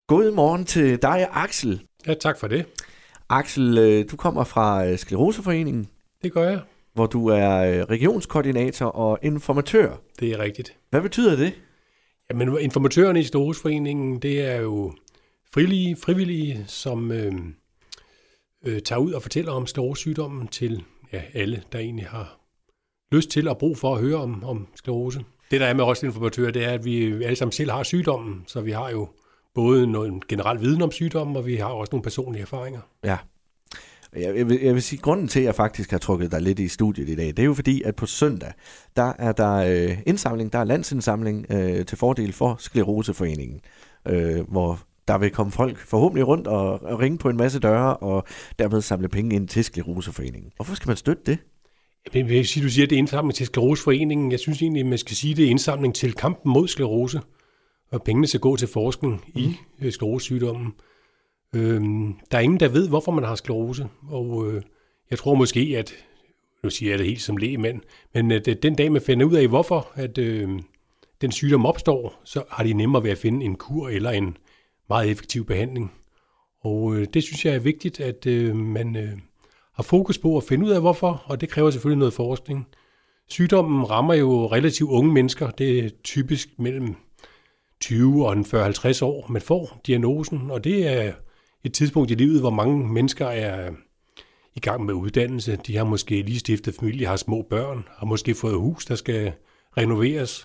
God morgen til dig, Axel. Ja, tak for det. Axel, du kommer fra Skleroseforeningen. Det gør jeg. Hvor du er regionskoordinator og informatør. Det er rigtigt. Hvad betyder det? Jamen, informatørerne i Skleroseforeningen, det er jo frivillige, som tager ud og fortæller om sklerosesygdommen til alle, der egentlig har lyst til og brug for at høre om sklerose. Det, der er med os informatører, det er, at vi alle sammen selv har sygdommen, så vi har jo både noget generel viden om sygdommen, og vi har også nogle personlige erfaringer. Ja. Jeg vil sige, grunden til, at jeg faktisk har trukket dig lidt i studiet i dag, det er jo fordi, at på søndag, der er der indsamling, der er landsindsamling til fordel for Skleroseforeningen, hvor der vil komme folk forhåbentlig rundt og ringe på en masse døre, og dermed samle penge ind til Skleroseforeningen. Hvorfor skal man støtte det? Jeg vil sige, du siger, at det er indsamling til Skleroseforeningen. Jeg synes egentlig, at man skal sige, at det er indsamling til kampen mod sklerose, og pengene skal gå til forskning i sklerosesygdommen. Der er ingen, der ved, hvorfor man har sklerose, og jeg tror måske, at, nu siger jeg det helt som lægmand, men at den dag, man finder ud af, hvorfor at, den sygdom opstår, så har de nemmere ved at finde en kur eller en meget effektiv behandling. Og det synes jeg er vigtigt, at man har fokus på at finde ud af, hvorfor, og det kræver selvfølgelig noget forskning. Sygdommen rammer jo relativt unge mennesker, det er typisk mellem 20 og 40-50 år, man får diagnosen, og det er et tidspunkt i livet, hvor mange mennesker er i gang med uddannelse. De har måske lige stiftet familie, har små børn, har måske fået hus, der skal renoveres.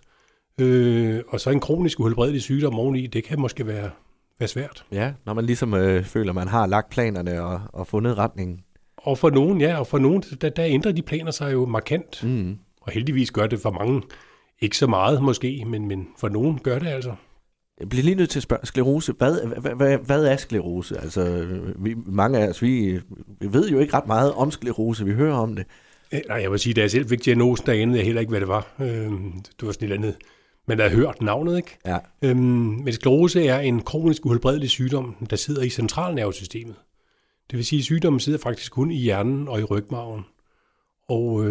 Og så en kronisk uhelbredelig sygdom oveni, det kan måske være svært. Ja, når man ligesom føler, man har lagt planerne og fundet retningen. Og for nogen, der ændrer de planer sig jo markant. Mm. Og heldigvis gør det for mange ikke så meget måske, men for nogen gør det altså. Jeg bliver lige nødt til at spørge, sklerose, hvad er sklerose? Altså, mange af os, vi ved jo ikke ret meget om sklerose, vi hører om det. Nej, jeg vil sige, da jeg selv fik diagnosen, der anede jeg heller ikke, hvad det var. Det var sådan et eller andet, man havde hørt navnet, ikke? Ja. Men sklerose er en kronisk uhelbredelig sygdom, der sidder i centralnervesystemet. Det vil sige, at sygdommen sidder faktisk kun i hjernen og i rygmarven. Og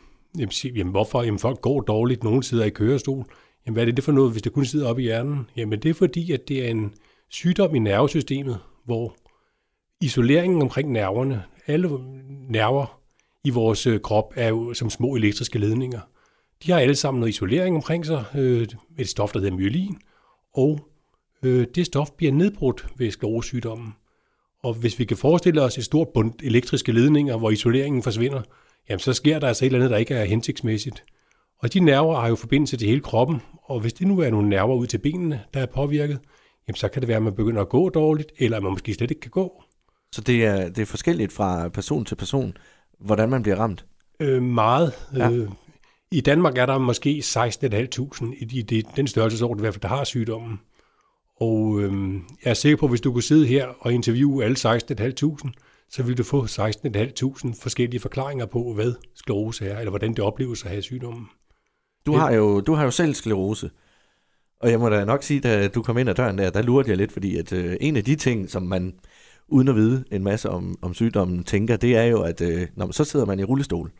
hvorfor? Jamen, folk går dårligt, nogen sidder i kørestol. Jamen, hvad er det for noget, hvis det kun sidder oppe i hjernen? Jamen, det er fordi, at det er en sygdom i nervesystemet, hvor isoleringen omkring nerverne, alle nerver i vores krop er jo som små elektriske ledninger. De har alle sammen noget isolering omkring sig, et stof, der hedder myelin, og det stof bliver nedbrudt ved sklerosesygdommen. Og hvis vi kan forestille os et stort bund elektriske ledninger, hvor isoleringen forsvinder, jamen, så sker der altså et eller andet, der ikke er hensigtsmæssigt. Og de nerver har jo forbindelse til hele kroppen, og hvis det nu er nogle nerver ud til benene, der er påvirket, jamen så kan det være, at man begynder at gå dårligt, eller at man måske slet ikke kan gå. Så det er forskelligt fra person til person, hvordan man bliver ramt? Meget. Ja. I Danmark er der måske 16.500 i den størrelsesorden, i hvert fald, der har sygdommen. Og jeg er sikker på, at hvis du kunne sidde her og interviewe alle 16.500, så vil du få 16.500 forskellige forklaringer på, hvad sklerose er, eller hvordan det opleves at have sygdommen. Du har jo selv sklerose, og jeg må da nok sige, da du kom ind ad døren der lurede jeg lidt, fordi at en af de ting, som man uden at vide en masse om sygdommen tænker, det er jo, at så sidder man i rullestol.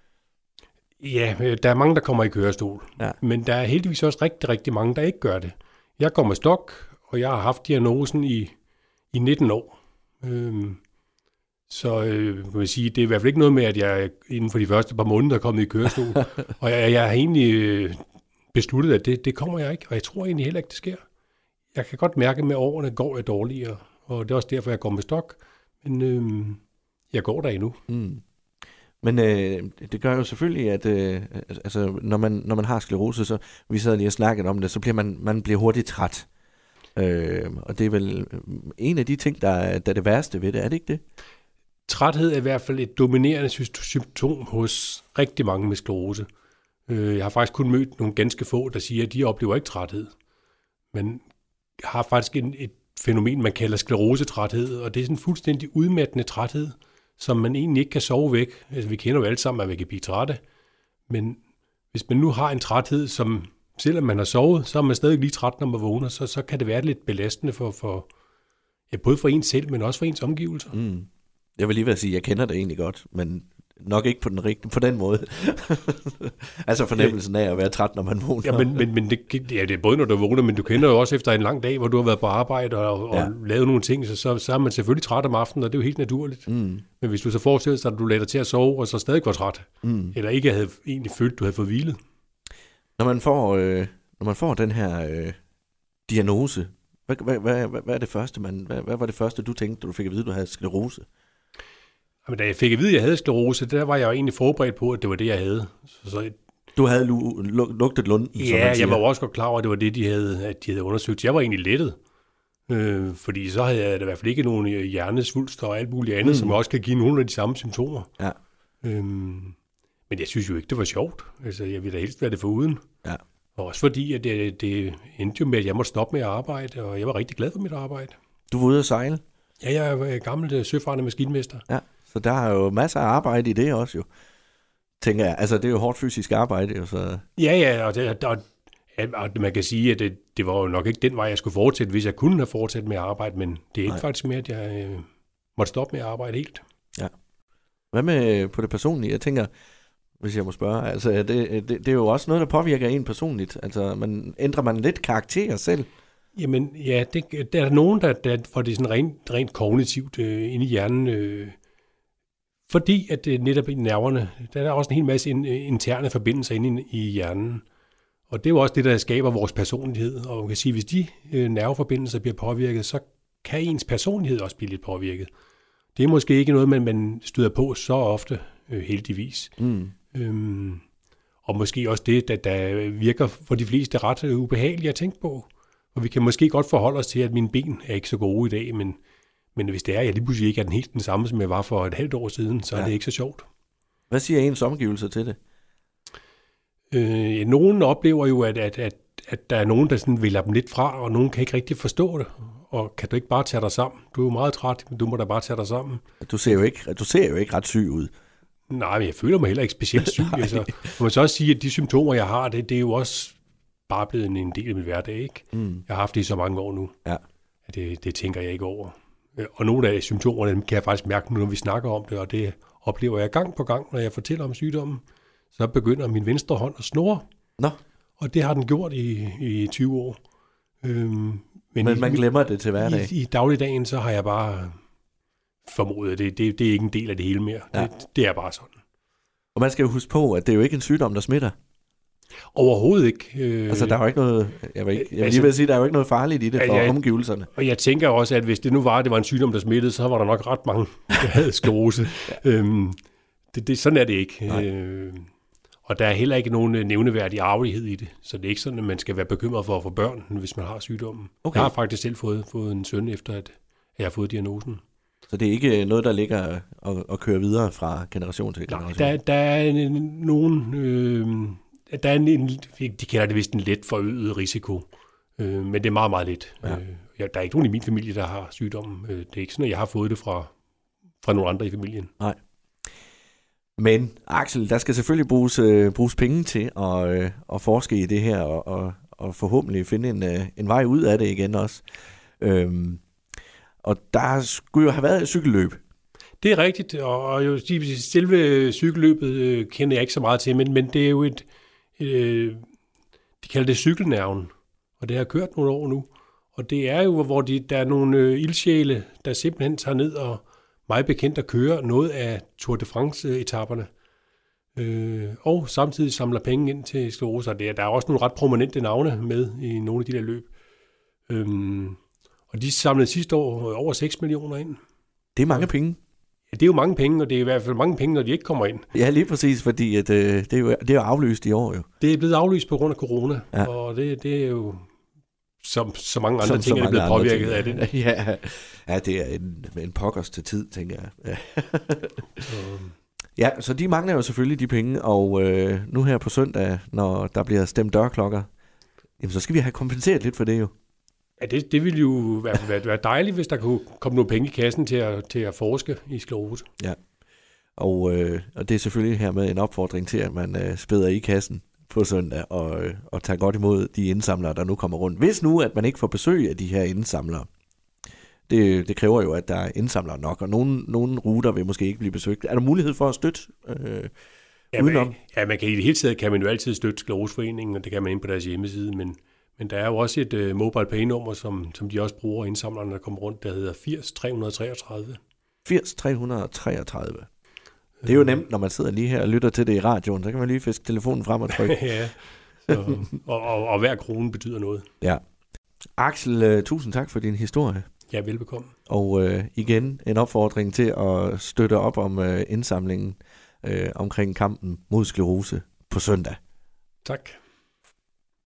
Ja, der er mange, der kommer i kørestol, ja. Men der er heldigvis også rigtig, rigtig mange, der ikke gør det. Jeg går med stok, og jeg har haft diagnosen i 19 år. Så må jeg sige, det er i hvert fald ikke noget med, at jeg inden for de første par måneder er kommet i kørestol. Og jeg har egentlig besluttet, at det kommer jeg ikke, og jeg tror egentlig heller ikke, det sker. Jeg kan godt mærke, at med årene går jeg dårligere, og det er også derfor, jeg går med stok. Men jeg går der endnu. Mm. Men det gør jo selvfølgelig, at altså, når man har sklerose, så vi sad lige og snakkede om det, så bliver man bliver hurtigt træt. Og det er vel en af de ting, der er det værste ved det, er det ikke det? Træthed er i hvert fald et dominerende symptom hos rigtig mange med sklerose. Jeg har faktisk kun mødt nogle ganske få, der siger, at de oplever ikke træthed. Man har faktisk et fænomen, man kalder sklerosetræthed, og det er sådan en fuldstændig udmattende træthed, som man egentlig ikke kan sove væk. Altså, vi kender jo alle sammen, at man kan blive trætte. Men hvis man nu har en træthed, som selvom man har sovet, så er man stadig lige træt, når man vågner, så kan det være lidt belastende for både for ens selv, men også for ens omgivelser. Jeg vil lige sige, at jeg kender det egentlig godt, men nok ikke på den måde. Altså fornemmelsen af at være træt, når man vågner. Ja, men det er både når du vågner, men du kender jo også efter en lang dag, hvor du har været på arbejde og lavet nogle ting, så er man selvfølgelig træt om aftenen, og det er jo helt naturligt. Men hvis du så forestiller dig, at du lader dig til at sove, og så stadig var træt, eller ikke havde egentlig følt, du havde fået hvilet. Når man får den her diagnose, hvad er det første, hvad var det første, du tænkte, da du fik at vide, at du havde sklerose? Jamen, da jeg fik at vide, at jeg havde sklerose, der var jeg jo egentlig forberedt på, at det var det, jeg havde. Du havde lugtet lunden? Ja, jeg var også godt klar over, at det var det, de havde undersøgt. Jeg var egentlig lettet, fordi så havde jeg i hvert fald ikke nogen hjernesvulster og alt muligt andet, som også kan give nogle af de samme symptomer. Ja. Men jeg synes jo ikke, det var sjovt. Altså, jeg ville da helst være det foruden. Ja. Og også fordi, at det endte jo med, at jeg måtte stoppe med at arbejde, og jeg var rigtig glad for mit arbejde. Du var ude at sejle? Ja, jeg er gammel søfarende maskinmester. Ja, så der er jo masser af arbejde i det også jo, tænker jeg. Altså, det er jo hårdt fysisk arbejde jo, så... Ja, og man kan sige, at det var jo nok ikke den vej, jeg skulle fortsætte, hvis jeg kunne have fortsat med at arbejde, men det er ikke faktisk mere, at jeg måtte stoppe med at arbejde helt. Ja. Hvad med på det personlige? Jeg tænker, hvis jeg må spørge, altså, det er jo også noget, der påvirker en personligt. Altså, ændrer man lidt karakter selv? Jamen, ja, der er nogen, der får det sådan rent kognitivt inde i hjernen, fordi at netop i nerverne, der er også en hel masse interne forbindelser inde i hjernen. Og det er jo også det, der skaber vores personlighed. Og man kan sige, at hvis de nerveforbindelser bliver påvirket, så kan ens personlighed også blive lidt påvirket. Det er måske ikke noget, man støder på så ofte, heldigvis. Og måske også det, der virker for de fleste ret ubehageligt at tænke på. Og vi kan måske godt forholde os til, at mine ben er ikke så gode i dag, men hvis det er, jeg lige pludselig ikke er helt den samme, som jeg var for et halvt år siden, så er det ikke så sjovt. Hvad siger ens omgivelser til det? Nogen oplever jo, at der er nogen, der sådan vælger dem lidt fra, og nogen kan ikke rigtig forstå det. Og kan du ikke bare tage dig sammen? Du er jo meget træt, men du må da bare tage dig sammen. Du ser jo ikke ret syg ud. Nej, men jeg føler mig heller ikke specielt syg. Altså. Man må så også sige, at de symptomer, jeg har, det er jo også bare blevet en del af min hverdag, ikke? Jeg har haft det i så mange år nu. Ja. Det tænker jeg ikke over. Og nogle af symptomerne dem kan jeg faktisk mærke nu, når vi snakker om det, og det oplever jeg gang på gang, når jeg fortæller om sygdommen. Så begynder min venstre hånd at snurre. Nå. Og det har den gjort i 20 år. Men man glemmer det til hverdag. I dagligdagen, så har jeg bare formodet, det er ikke en del af det hele mere. Ja. Det er bare sådan. Og man skal jo huske på, at det er jo ikke en sygdom, der smitter. Overhovedet ikke. Altså, der er jo ikke noget, jeg vil lige vil sige, der er jo ikke noget farligt i det for omgivelserne. Og jeg tænker også, at hvis det nu var, at det var en sygdom, der smittede, så var der nok ret mange, der havde sklerose. Sådan er det ikke. Og der er heller ikke nogen nævneværdig arvelighed i det. Så det er ikke sådan, at man skal være bekymret for at få børn, hvis man har sygdommen. Okay. Jeg har faktisk selv fået en søn, efter at jeg har fået diagnosen. Så det er ikke noget, der ligger og kører videre fra generation til generation? Nej, der er nogen... der er de kalder det vist en let forøget risiko, men det er meget, meget let. Ja. Der er ikke nogen i min familie, der har sygdommen. Det er ikke sådan, at jeg har fået det fra nogle andre i familien. Nej. Men Axel, der skal selvfølgelig bruges penge til at forske i det her, og forhåbentlig finde en vej ud af det igen også. Og der skulle jo have været et cykelløb. Det er rigtigt, og jo, selve cykelløbet kender jeg ikke så meget til, men det er jo de kalder det cykelnerven, og det har kørt nogle år nu. Og det er jo, hvor der er nogle ildsjæle, der simpelthen tager ned og meget bekendt at køre noget af Tour de France-etaperne. Og samtidig samler penge ind til sklerose. Der er også nogle ret prominente navne med i nogle af de der løb. Og de samlede sidste år over 6 millioner ind. Det er mange penge. Ja, det er jo mange penge, og det er i hvert fald mange penge, når de ikke kommer ind. Ja, lige præcis, fordi det er jo aflyst i år jo. Det er blevet aflyst på grund af corona, ja. Og det er jo som så mange andre ting, der er blevet påvirket af det. Ja, det er en pokkers til tid, tænker jeg. Ja, så de mangler jo selvfølgelig de penge, og nu her på søndag, når der bliver stemt dørklokker, jamen, så skal vi have kompenseret lidt for det jo. Ja, det ville jo være dejligt, hvis der kunne komme nogle penge i kassen til at forske i sklerose. Ja, og det er selvfølgelig her med en opfordring til, at man spæder i kassen på søndag og tager godt imod de indsamlere, der nu kommer rundt. Hvis nu, at man ikke får besøg af de her indsamlere, det kræver jo, at der er indsamlere nok, og nogle ruter vil måske ikke blive besøgt. Er der mulighed for at støtte udenom? Ja, man kan i det hele taget kan man jo altid støtte Skleroseforeningen, og det kan man ind på deres hjemmeside, men der er jo også et mobile pay-nummer, som de også bruger, indsamlerne, der kommer rundt, der hedder 80 333. 80 333. Det er jo nemt, når man sidder lige her og lytter til det i radioen, så kan man lige fiske telefonen frem og trykke. Ja, så, og hver krone betyder noget. Ja. Axel, tusind tak for din historie. Ja, velbekomme. Og igen en opfordring til at støtte op om indsamlingen omkring kampen mod sklerose på søndag. Tak.